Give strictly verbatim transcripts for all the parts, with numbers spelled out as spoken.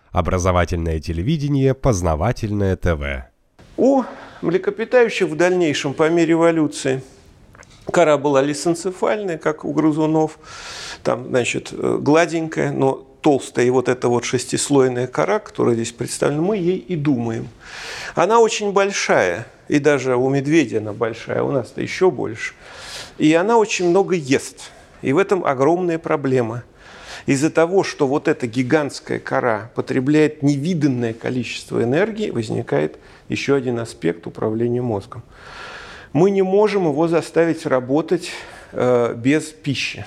Образовательное телевидение, познавательное ТВ. У млекопитающих в дальнейшем, по мере эволюции, кора была лисенцефальная, как у грызунов, там, значит, гладенькая, но толстая, и вот эта вот шестислойная кора, которая здесь представлена, мы ей и думаем. Она очень большая, и даже у медведя она большая, у нас-то еще больше. И она очень много ест, и в этом огромная проблема. Из-за того, что вот эта гигантская кора потребляет невиданное количество энергии, возникает еще один аспект управления мозгом. Мы не можем его заставить работать э, без пищи.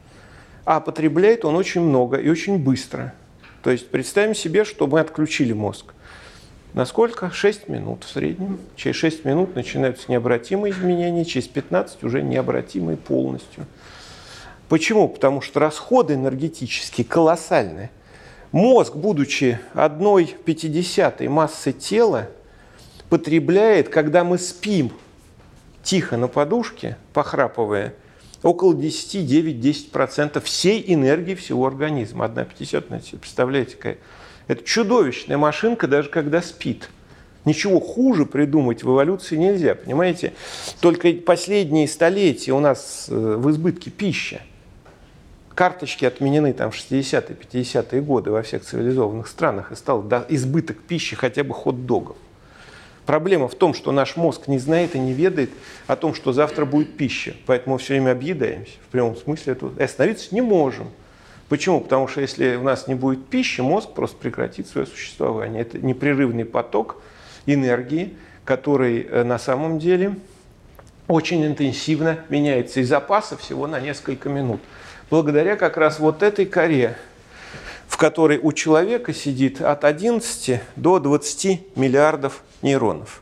А потребляет он очень много и очень быстро. То есть представим себе, что мы отключили мозг. Насколько? шесть минут в среднем. Через шесть минут начинаются необратимые изменения, через пятнадцать уже необратимые полностью. Почему? Потому что расходы энергетические колоссальные. Мозг, будучи одной пятидесятой массы тела, потребляет, когда мы спим тихо на подушке, похрапывая, около десять, девять, десять процентов всей энергии всего организма. одна пятидесятая, представляете, какая? Это чудовищная машинка, даже когда спит. Ничего хуже придумать в эволюции нельзя, понимаете? Только последние столетия у нас в избытке пища. Карточки отменены там в шестидесятые, пятидесятые годы во всех цивилизованных странах, и стал избыток пищи хотя бы хот-догов. Проблема в том, что наш мозг не знает и не ведает о том, что завтра будет пища. Поэтому мы все время объедаемся, в прямом смысле этого. И остановиться не можем. Почему? Потому что если у нас не будет пищи, мозг просто прекратит свое существование. Это непрерывный поток энергии, который на самом деле очень интенсивно меняется из запаса всего на несколько минут. Благодаря как раз вот этой коре, в которой у человека сидит от одиннадцати до двадцати миллиардов нейронов.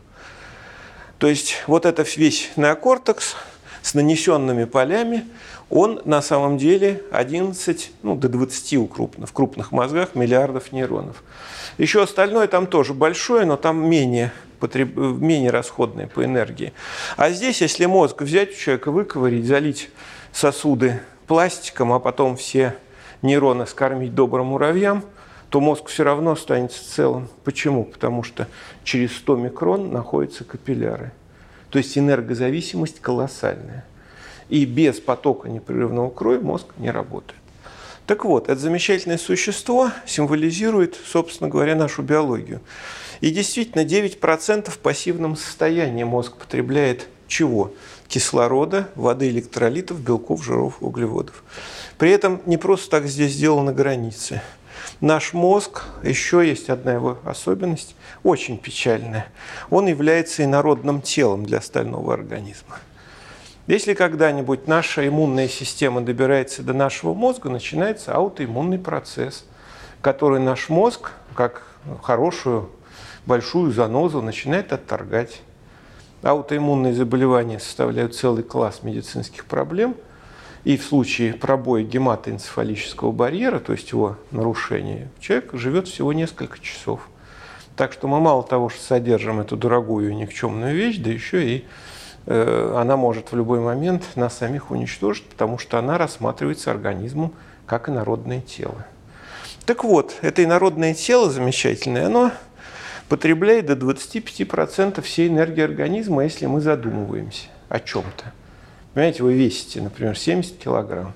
То есть вот это весь неокортекс с нанесенными полями, он на самом деле одиннадцать, ну, до двадцати у крупных, в крупных мозгах миллиардов нейронов. Еще остальное там тоже большое, но там менее, потреб... менее расходное по энергии. А здесь, если мозг взять у человека, выковырить, залить сосуды пластиком, а потом все нейроны скормить добрым муравьям, то мозг все равно останется целым. Почему? Потому что через сто микрон находятся капилляры. То есть энергозависимость колоссальная. И без потока непрерывного крови мозг не работает. Так вот, это замечательное существо символизирует, собственно говоря, нашу биологию. И действительно, девять процентов в пассивном состоянии мозг потребляет чего? Кислорода, воды, электролитов, белков, жиров, углеводов. При этом не просто так здесь сделана граница. Наш мозг, еще есть одна его особенность, очень печальная. Он является инородным телом для остального организма. Если когда-нибудь наша иммунная система добирается до нашего мозга, начинается аутоиммунный процесс, который наш мозг, как хорошую большую занозу, начинает отторгать. Аутоиммунные заболевания составляют целый класс медицинских проблем. И в случае пробоя гематоэнцефалического барьера, то есть его нарушения, человек живет всего несколько часов. Так что мы мало того, что содержим эту дорогую и никчемную вещь, да еще и э, она может в любой момент нас самих уничтожить, потому что она рассматривается организмом как инородное тело. Так вот, это инородное тело замечательное, оно потребляет до двадцати пяти процентов всей энергии организма, если мы задумываемся о чем-то. Понимаете, вы весите, например, семьдесят килограмм,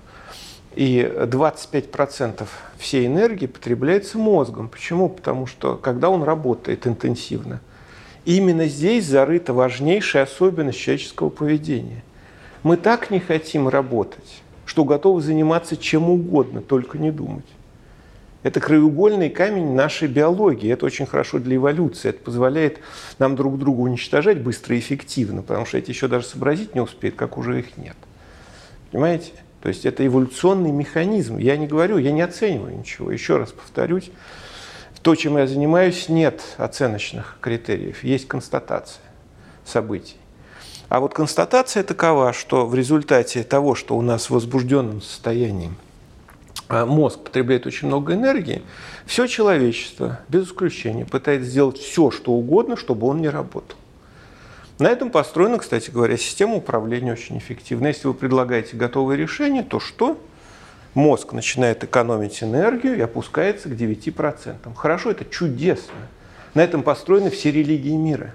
и двадцать пять процентов всей энергии потребляется мозгом. Почему? Потому что, когда он работает интенсивно, именно здесь зарыта важнейшая особенность человеческого поведения. Мы так не хотим работать, что готовы заниматься чем угодно, только не думать. Это краеугольный камень нашей биологии. Это очень хорошо для эволюции. Это позволяет нам друг друга уничтожать быстро и эффективно, потому что эти еще даже сообразить не успеют, как уже их нет. Понимаете? То есть это эволюционный механизм. Я не говорю, я не оцениваю ничего. Еще раз повторюсь, то, чем я занимаюсь, нет оценочных критериев. Есть констатация событий. А вот констатация такова, что в результате того, что у нас в возбужденном состоянии мозг потребляет очень много энергии, все человечество, без исключения, пытается сделать все, что угодно, чтобы он не работал. На этом построена, кстати говоря, система управления очень эффективна. Если вы предлагаете готовые решения, то что? мозг начинает экономить энергию и опускается к девяти процентам. Хорошо, это чудесно. На этом построены все религии мира.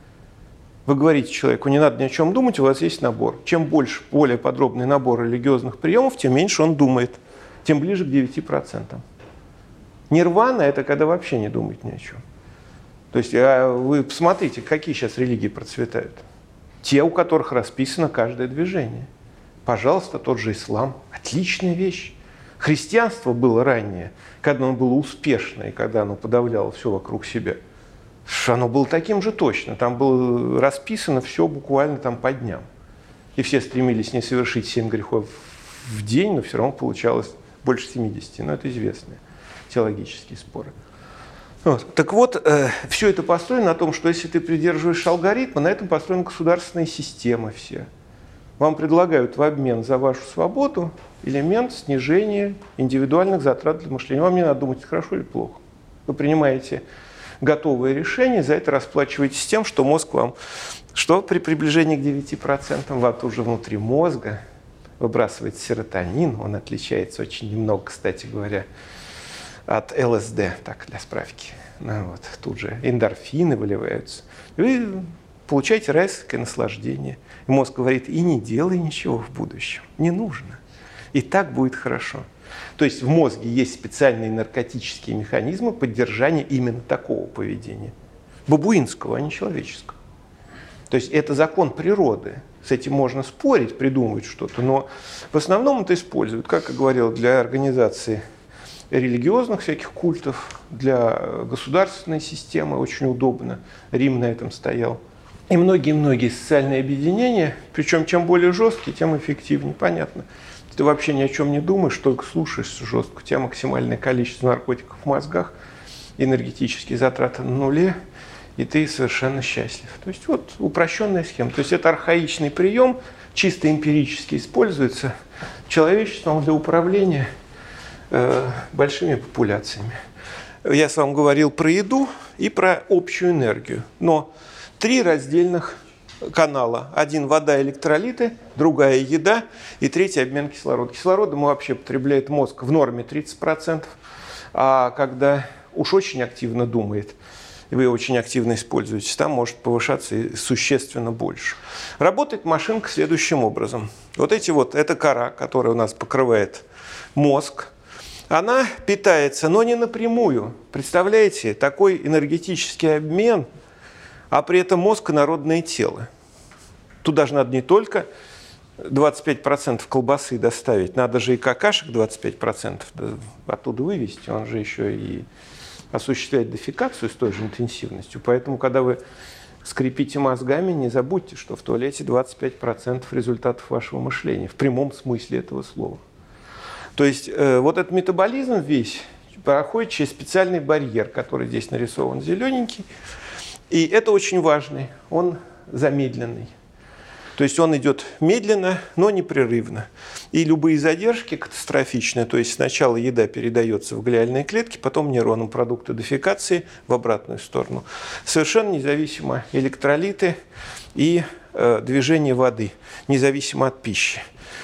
Вы говорите человеку, не надо ни о чем думать, у вас есть набор. Чем больше, более подробный набор религиозных приемов, тем меньше он думает, тем ближе к девяти процентам. Нирвана – это когда вообще не думать ни о чем. То есть вы посмотрите, какие сейчас религии процветают. Те, у которых расписано каждое движение. Пожалуйста, тот же ислам. Отличная вещь. Христианство было ранее, когда оно было успешно и когда оно подавляло все вокруг себя. Оно было таким же точно. Там было расписано все буквально там по дням. И все стремились не совершить семь грехов в день, но все равно получалось больше семидесяти. Но это известные теологические споры. Вот. Так вот, э, все это построено на том, что если ты придерживаешься алгоритма, на этом построены государственные системы все. Вам предлагают в обмен за вашу свободу элемент снижения индивидуальных затрат для мышления. Вам не надо думать, хорошо или плохо. Вы принимаете готовое решение, за это расплачиваетесь тем, что мозг вам, что при приближении к девяти процентам вам уже внутри мозга выбрасывает серотонин, он отличается очень немного, кстати говоря, от эл эс дэ, так, для справки. Ну, вот, тут же эндорфины выливаются. И вы получаете райское наслаждение. И мозг говорит, и не делай ничего в будущем, не нужно. И так будет хорошо. То есть в мозге есть специальные наркотические механизмы поддержания именно такого поведения. Бабуинского, а не человеческого. То есть это закон природы. С этим можно спорить, придумывать что-то, но в основном это используют, как я говорил, для организации религиозных всяких культов, для государственной системы очень удобно. Рим на этом стоял. И многие-многие социальные объединения, причем чем более жесткие, тем эффективнее. Понятно. Ты вообще ни о чем не думаешь, только слушаешь жестко. У тебя максимальное количество наркотиков в мозгах, энергетические затраты на нуле, и ты совершенно счастлив. То есть вот упрощенная схема. То есть это архаичный прием, чисто эмпирически используется человечеством для управления э, большими популяциями. Я с вами говорил про еду и про общую энергию. Но три раздельных канала. Один – вода, электролиты, другая – еда, и третий – обмен кислорода. Кислорода мы вообще потребляет мозг в норме тридцать процентов, а когда уж очень активно думает, и вы очень активно используете, там может повышаться и существенно больше. Работает машинка следующим образом. Вот эти вот, это кора, которая у нас покрывает мозг, она питается, но не напрямую. Представляете, такой энергетический обмен, а при этом мозг – инородное тело. Туда же надо не только двадцать пять процентов колбасы доставить, надо же и какашек двадцать пять процентов оттуда вывести. Он же еще и осуществляет дефекацию с той же интенсивностью. Поэтому, когда вы скрипите мозгами, не забудьте, что в туалете двадцать пять процентов результатов вашего мышления, в прямом смысле этого слова. То есть э, вот этот метаболизм весь проходит через специальный барьер, который здесь нарисован зелененький. И это очень важный, он замедленный. То есть он идет медленно, но непрерывно. И любые задержки катастрофичные, то есть сначала еда передается в глиальные клетки, потом нейронам продукты дефекации в обратную сторону. Совершенно независимо электролиты и э, движение воды, независимо от пищи.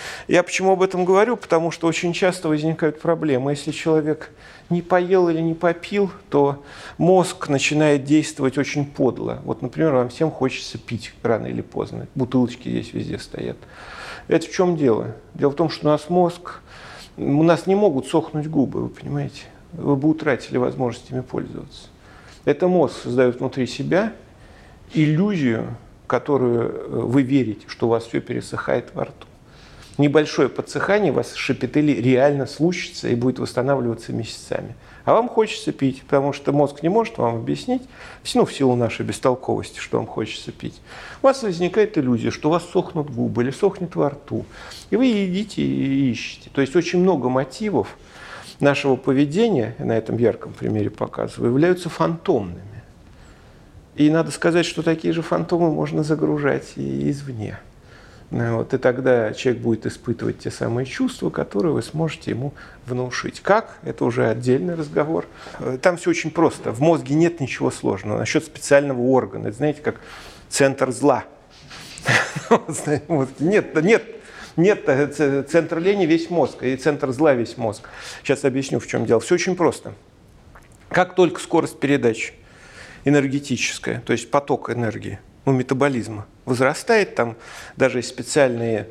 Я почему об этом говорю? Потому что очень часто возникают проблемы. Если человек не поел или не попил, то мозг начинает действовать очень подло. Вот, например, вам всем хочется пить рано или поздно. Бутылочки здесь везде стоят. Это в чем дело? Дело в том, что у нас мозг, у нас не могут сохнуть губы, вы понимаете? Вы бы утратили возможность ими пользоваться. Это мозг создает внутри себя иллюзию, которую вы верите, что у вас все пересыхает во рту. Небольшое подсыхание, у вас шепетели реально случится и будет восстанавливаться месяцами. А вам хочется пить, потому что мозг не может вам объяснить, ну, в силу нашей бестолковости, что вам хочется пить. У вас возникает иллюзия, что у вас сохнут губы или сохнет во рту. И вы едите и ищете. То есть очень много мотивов нашего поведения, на этом ярком примере показываю, являются фантомными. И надо сказать, что такие же фантомы можно загружать и извне. Вот, и тогда человек будет испытывать те самые чувства, которые вы сможете ему внушить. Как? Это уже отдельный разговор. Там все очень просто. В мозге нет ничего сложного. Насчет специального органа. Это, знаете, как центр зла. Нет, нет Нет, центр лени весь мозг, и центр зла весь мозг. Сейчас объясню, в чем дело. Все очень просто. Как только скорость передачи энергетическая, то есть поток энергии, ну, метаболизма, возрастает, там даже есть специальные,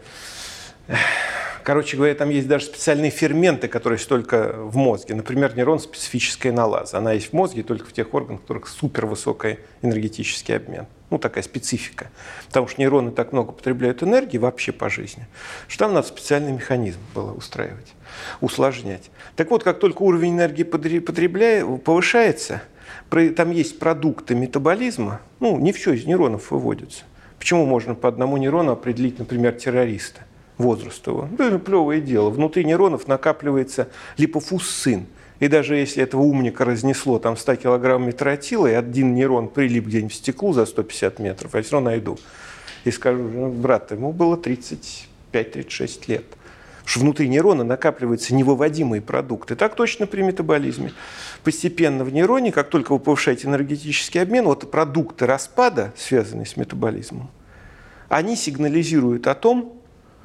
короче говоря, там есть даже специальные ферменты, которые есть только в мозге. Например, нейрон-специфическая налаза. Она есть в мозге только в тех органах, у которых супервысокий энергетический обмен. Ну, такая специфика. Потому что нейроны так много потребляют энергии вообще по жизни, что там надо специальный механизм было устраивать, усложнять. Так вот, как только уровень энергии потребляет, повышается, там есть продукты метаболизма, ну, не все из нейронов выводится. Почему можно по одному нейрону определить, например, террориста, возраст его? Это плевое дело. Внутри нейронов накапливается липофуссин. И даже если этого умника разнесло там сто килограмм метротила, и один нейрон прилип где-нибудь в стеклу за сто пятьдесят метров, я все равно найду. И скажу, ну, брат, ему было тридцать пять - тридцать шесть лет. Потому что внутри нейрона накапливаются невыводимые продукты. Так точно при метаболизме. Постепенно в нейроне, как только вы повышаете энергетический обмен, вот продукты распада, связанные с метаболизмом, они сигнализируют о том,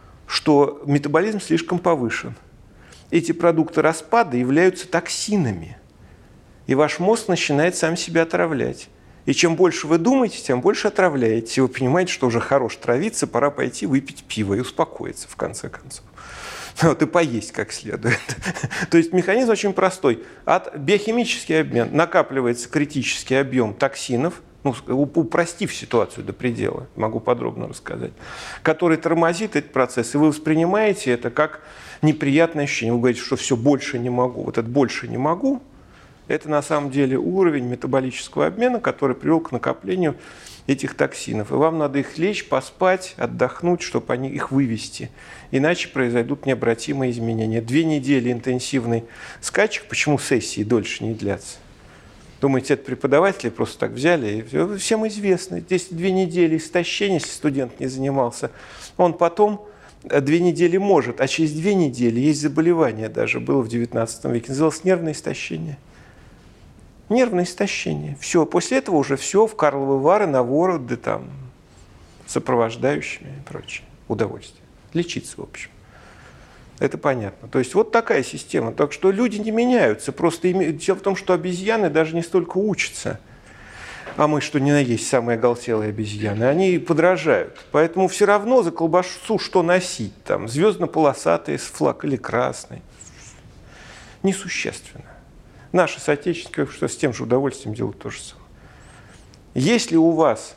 что метаболизм слишком повышен. Эти продукты распада являются токсинами. И ваш мозг начинает сам себя отравлять. И чем больше вы думаете, тем больше отравляете. И вы понимаете, что уже хорош травиться, пора пойти выпить пиво и успокоиться в конце концов. Вот, и поесть как следует. То есть механизм очень простой. От биохимический обмен накапливается критический объем токсинов, ну, упростив ситуацию до предела, могу подробно рассказать, который тормозит этот процесс, и вы воспринимаете это как неприятное ощущение. Вы говорите, что все, больше не могу. Вот это «больше не могу» – это на самом деле уровень метаболического обмена, который привел к накоплению этих токсинов. И вам надо их лечь, поспать, отдохнуть, чтобы они их вывести. Иначе произойдут необратимые изменения. Две недели интенсивный скачек, почему сессии дольше не длятся? Думаете, это преподаватели просто так взяли? И всем известно. Здесь две недели истощения, если студент не занимался, он потом две недели может, а через две недели есть заболевание даже, было в девятнадцатом веке, называлось нервное истощение. Нервное истощение. Все, после этого уже все в Карловы Вары, на Вороды, там, сопровождающими и прочее. Удовольствие. Лечиться, в общем. Это понятно. То есть вот такая система. Так что люди не меняются. Просто име... дело в том, что обезьяны даже не столько учатся, а мы, что ни на есть, самые оголтелые обезьяны, они подражают. Поэтому все равно за колбасу что носить? Там звездно-полосатый флаг или красный? Несущественно. Наши соотечественники, что с тем же удовольствием делают то же самое. Если у вас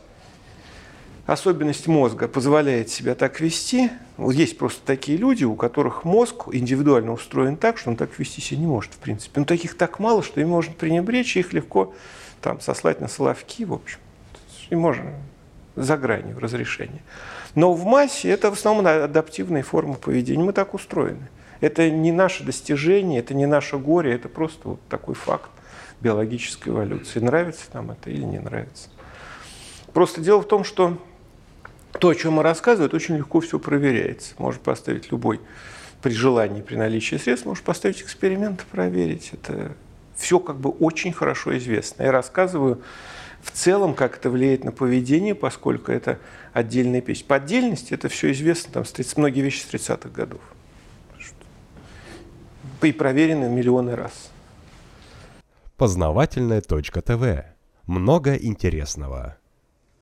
особенность мозга позволяет себя так вести, вот есть просто такие люди, у которых мозг индивидуально устроен так, что он так вести себя не может, в принципе. Но таких так мало, что им можно пренебречь, и их легко там сослать на соловки, в общем. И можно за гранью разрешения. Но в массе это в основном адаптивные формы поведения. Мы так устроены. Это не наше достижение, это не наше горе, это просто вот такой факт биологической эволюции. Нравится нам это или не нравится. Просто дело в том, что то, о чем мы рассказываем, очень легко все проверяется. Можно поставить любой, при желании, при наличии средств, можно поставить эксперимент, проверить. Это все как бы очень хорошо известно. Я рассказываю в целом, как это влияет на поведение, поскольку это отдельная песня. По отдельности это все известно, там, многие вещи с тридцатых годов. И проверены миллионы раз. Познавательная точка ТВ. Много интересного.